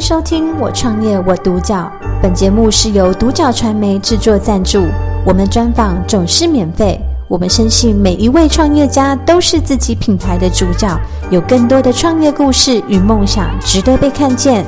收听我创业我独角，本节目是由独角传媒制作赞助，我们专访总是免费。我们深信每一位创业家都是自己品牌的主角，有更多的创业故事与梦想值得被看见。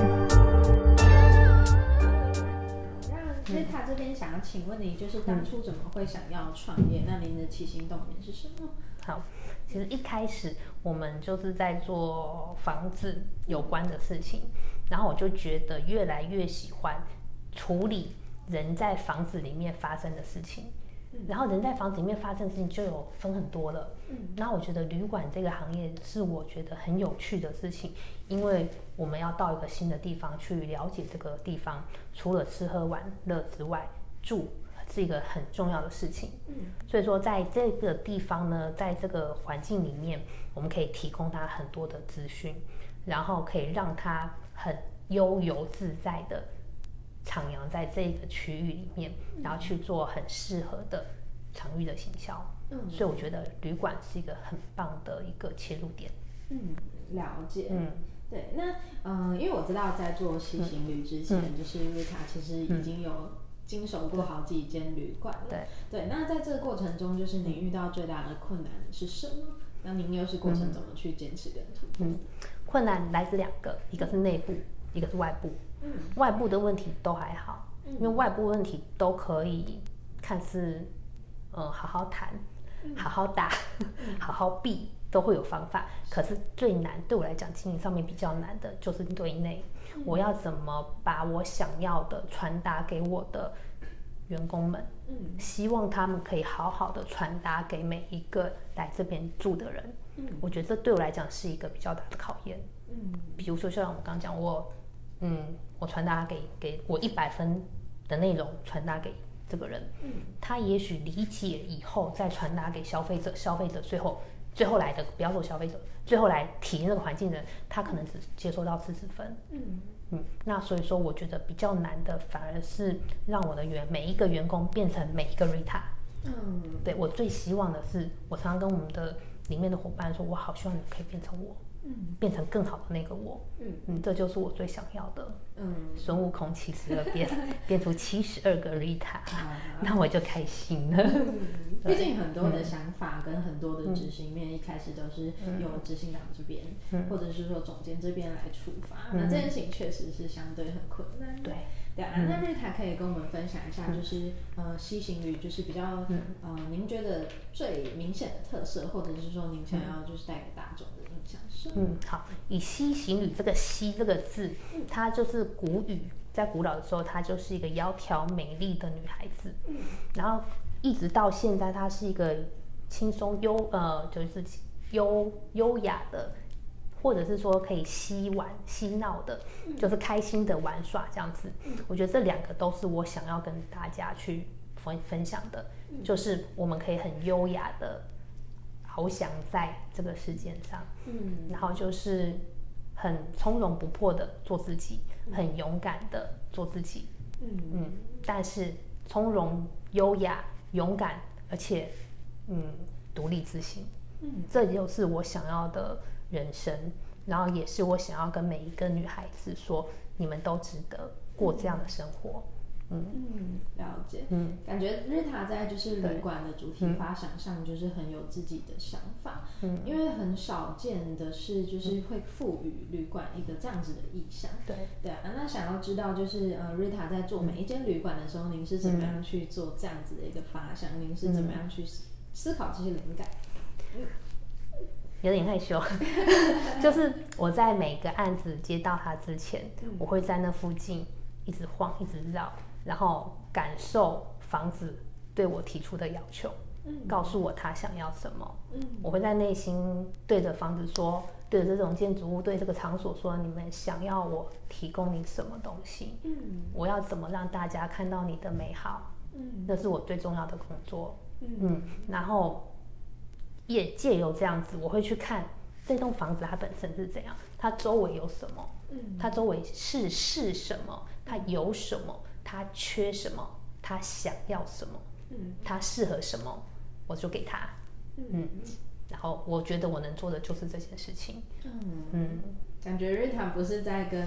Rita 这边想要请问你，就是当初怎么会想要创业？那您的起心动念是什么？ 好，其实一开始我们就是在做房子有关的事情，然后我就觉得越来越喜欢处理人在房子里面发生的事情。然后人在房子里面发生的事情就有分很多了，然后我觉得旅馆这个行业是我觉得很有趣的事情，因为我们要到一个新的地方去了解这个地方，除了吃喝玩乐之外，住是一个很重要的事情。所以说在这个地方呢，在这个环境里面，我们可以提供他很多的资讯，然后可以让他很悠游自在的徜徉在这个区域里面，然后去做很适合的场域的行销。所以我觉得旅馆是一个很棒的一个切入点。 了解。对，那因为我知道在做西行旅之前，就是 Rita 其实已经有经手过好几间旅馆了。对，那在这个过程中，就是你遇到最大的困难是什么？那您又是过程怎么去坚持跟突破？ 困难来自两个，一个是内部，一个是外部。外部的问题都还好，因为外部问题都可以看似好好谈、好好打、好好避，都会有方法。可是最难对我来讲，经营上面比较难的就是对内，我要怎么把我想要的传达给我的员工们，希望他们可以好好的传达给每一个来这边住的人。我觉得这对我来讲是一个比较大的考验。比如说像我刚刚讲，我传达给我100分的内容传达给这个人，他也许理解以后再传达给消费者，消费者最后来的，不要说消费者，最后来体验这个环境的人，他可能只接收到40分。那所以说我觉得比较难的反而是让我的每一个员工变成每一个 Rita。对，我最希望的是，我常常跟我们的里面的伙伴说，我好希望你可以变成我，变成更好的那个我。这就是我最想要的。孙悟空72变，变出72个 Rita，那我就开心了。 毕竟很多的想法跟很多的执行面，一开始都是由执行长这边，或者是说总监这边来出发。那这件事情确实是相对很困难。对啊，那Rita可以跟我们分享一下，就是西行旅就是比较您觉得最明显的特色，或者是说您想要就是带给大众的印象是？ 好，以西行旅这个西这个字，它就是古语，在古老的时候，它就是一个窈窕美丽的女孩子。然后一直到现在，它是一个轻松就是优雅的，或者是说可以嬉玩嬉闹的，就是开心的玩耍这样子。我觉得这两个都是我想要跟大家去分享的，就是我们可以很优雅的翱翔在这个世界上，然后就是很从容不迫的做自己，很勇敢的做自己。但是从容、优雅、勇敢，而且独立自信。这就是我想要的人生，然后也是我想要跟每一个女孩子说，你们都值得过这样的生活。 了解。感觉Rita在就是旅馆的主题发想上，就是很有自己的想法。因为很少见的是，就是会赋予旅馆一个这样子的意象。对啊。那想要知道，就是Rita在做每一间旅馆的时候，您是怎么样去做这样子的一个发想？您是怎么样去思考这些灵感？ 有点害羞。就是我在每个案子接到他之前，我会在那附近一直晃一直绕，然后感受房子对我提出的要求，告诉我他想要什么。我会在内心对着房子说，对着这种建筑物，对这个场所说，你们想要我提供你什么东西？我要怎么让大家看到你的美好？那是我最重要的工作。然后也借由这样子，我会去看这栋房子它本身是怎样，它周围有什么，它周围是什么，它有什么，它缺什么，它想要什么，它适合什么，我就给他。然后我觉得我能做的就是这件事情。 感觉Rita不是在跟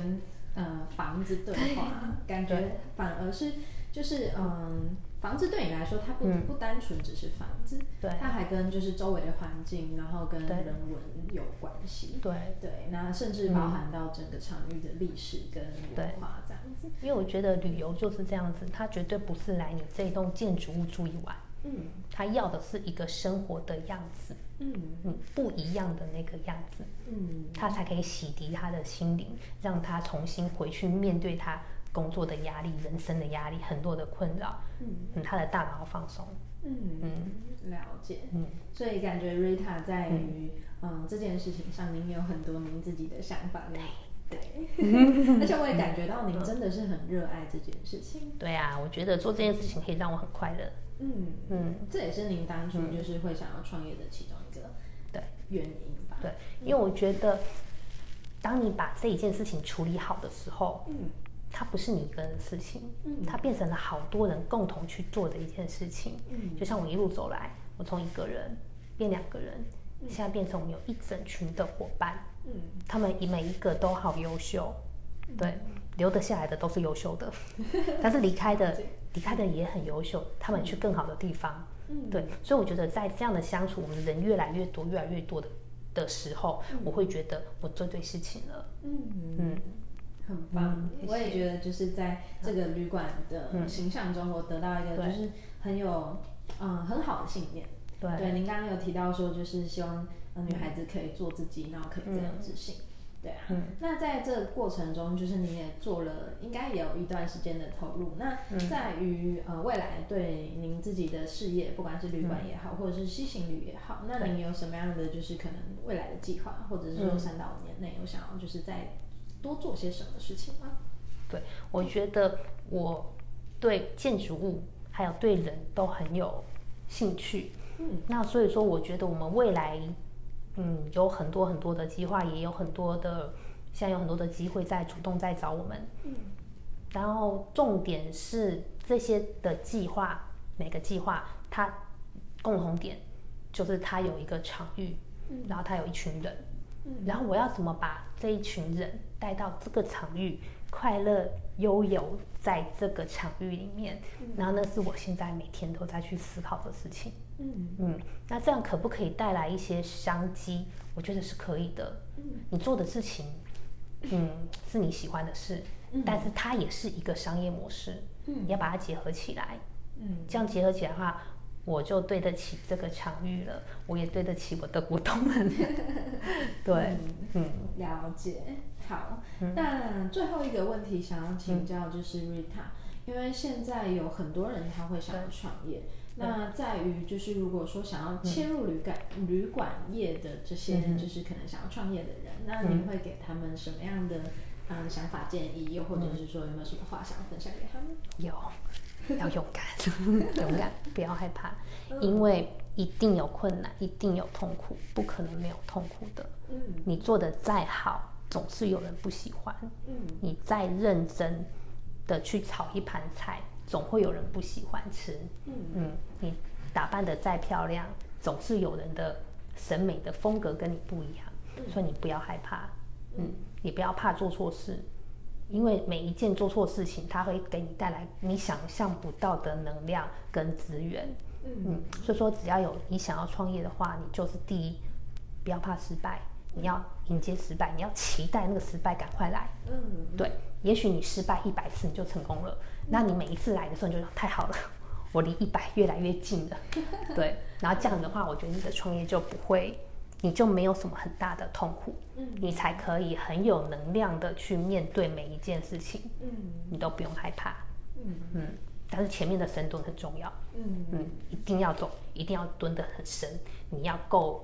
房子对话，感觉反而是就是房子对你来说，它不单纯只是房子，它还跟就是周围的环境，然后跟人文有关系。对，那甚至包含到整个场域的历史跟文化这样子。 因为我觉得旅游就是这样子，它绝对不是来你这一栋建筑物住一晚，他要的是一个生活的样子，不一样的那个样子，他才可以洗涤他的心灵，让他重新回去面对他工作的压力、人生的压力、很多的困扰，他的大脑放松。 了解。所以感觉 Rita 在于这件事情上，您有很多您自己的想法。对，而且我也感觉到您真的是很热爱这件事情。 对啊，我觉得做这件事情可以让我很快乐。 这也是您当初就是会想要创业的其中一个原因吧？ 对，因为我觉得，当你把这一件事情处理好的时候，它不是你一个人的事情，它变成了好多人共同去做的一件事情。就像我一路走来，我从1个人变2个人，现在变成我们有一整群的伙伴。他们每一个都好优秀，对，留得下来的都是优秀的，但是离开的也很优秀，他们去更好的地方。对，所以我觉得在这样的相处，我们人越来越多的时候，我会觉得我做对事情了。 很棒。我也觉得就是在这个旅馆的形象中，我得到一个就是很有很好的信念。对，您刚刚有提到说，就是希望女孩子可以做自己，然后可以更有自信。对啊，那在这个过程中，就是你也做了，应该也有一段时间的投入。那在于未来对您自己的事业，不管是旅馆也好，或者是西行旅也好，那您有什么样的就是可能未来的计划，或者是说3到5年内有想要就是再多做些什么事情吗？ 对，我觉得我对建筑物还有对人都很有兴趣。那所以说，我觉得我们未来有很多的计划，也有很多的，现在有很多的机会在主动在找我们。然后重点是这些的计划，每个计划它共同点就是它有一个场域，然后它有一群人，然后我要怎么把这一群人带到这个场域，快乐悠游在这个场域里面，然后那是我现在每天都在去思考的事情。那这样可不可以带来一些商机？我觉得是可以的。你做的事情，是你喜欢的事，但是它也是一个商业模式，你要把它结合起来。这样结合起来的话，我就对得起这个场域了，我也对得起我的股东们。对， 了解。好，那最后一个问题想要请教就是 Rita，因为现在有很多人他会想要创业。那在于就是如果说想要切入旅馆业的这些就是可能想要创业的人，那您会给他们什么样的想法建议，又或者是说有没有什么话想分享给他们？ 要勇敢，勇敢，不要害怕，因为一定有困难，一定有痛苦，不可能没有痛苦的。你做的再好，总是有人不喜欢。你再认真的去炒一盘菜，总会有人不喜欢吃。你打扮的再漂亮，总是有人的审美的风格跟你不一样。所以你不要害怕，你不要怕做错事，因为每一件做错事情，它会给你带来你想象不到的能量跟资源。所以说只要有你想要创业的话，你就是第一，不要怕失败，你要迎接失败，你要期待那个失败赶快来。对，也许你失败100次你就成功了，那你每一次来的时候你就太好了，我离100越来越近了。对，然后这样的话，我觉得你的创业就不会，你就没有什么很大的痛苦，你才可以很有能量的去面对每一件事情，你都不用害怕。但是前面的深蹲很重要，一定要走，一定要蹲得很深，你要够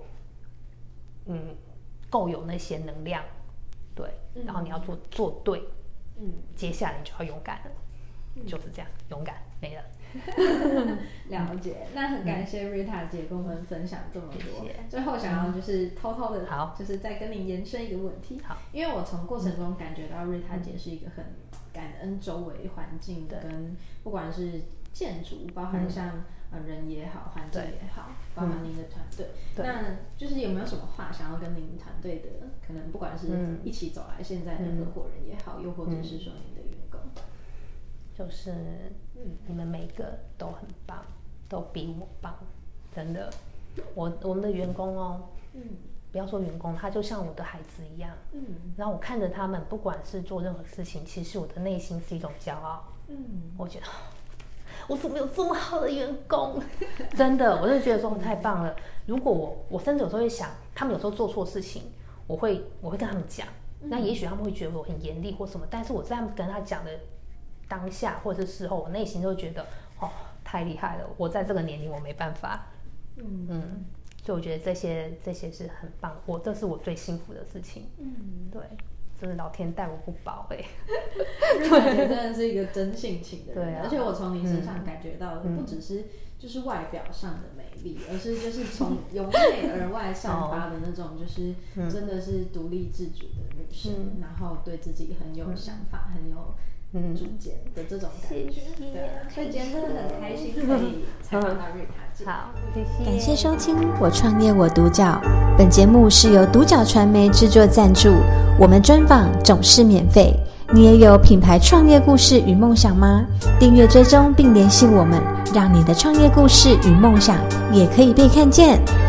有那些能量，对，然后你要做对，接下来你就要勇敢了。 就是这样，勇敢没了。 了解，那很感谢 Rita 姐跟我们分享这么多。最后想要就是偷偷的，就是再跟你延伸一个问题。好，因为我从过程中感觉到 Rita 姐是一个很感恩周围环境跟不管是建筑，包含像人也好，环境也好，包含您的团队。那就是有没有什么话想要跟您团队的，可能不管是一起走来现在的合伙人也好，又或者是说您的员工？ 就是你们每个都很棒，都比我棒，真的。我们的员工哦，不要说员工，他就像我的孩子一样，然后我看着他们，不管是做任何事情，其实我的内心是一种骄傲，我觉得我怎么有这么好的员工，真的，我就觉得说太棒了。如果我甚至有时候会想，他们有时候做错事情，我会跟他们讲，那也许他们会觉得我很严厉或什么，但是我这样跟他讲的当下或者是事后，我内心就觉得太厉害了，我在这个年龄我没办法，所以我觉得这些是很棒，这是我最幸福的事情，对，真的老天待我不薄 Rita姐真的是一个真性情的人，对而且我从你身上感觉到的不只是就是外表上的美丽，而是就是从由内而外散发的那种，就是真的是独立自主的女生，然后对自己很有想法，很有主见的这种感觉，对，所以今天真的很开心可以采访到Rita姐。 好，谢谢。 感谢收听《我创业我独角》，本节目是由独角传媒制作赞助，我们专访总是免费。你也有品牌创业故事与梦想吗？订阅追踪并联系我们，让你的创业故事与梦想也可以被看见。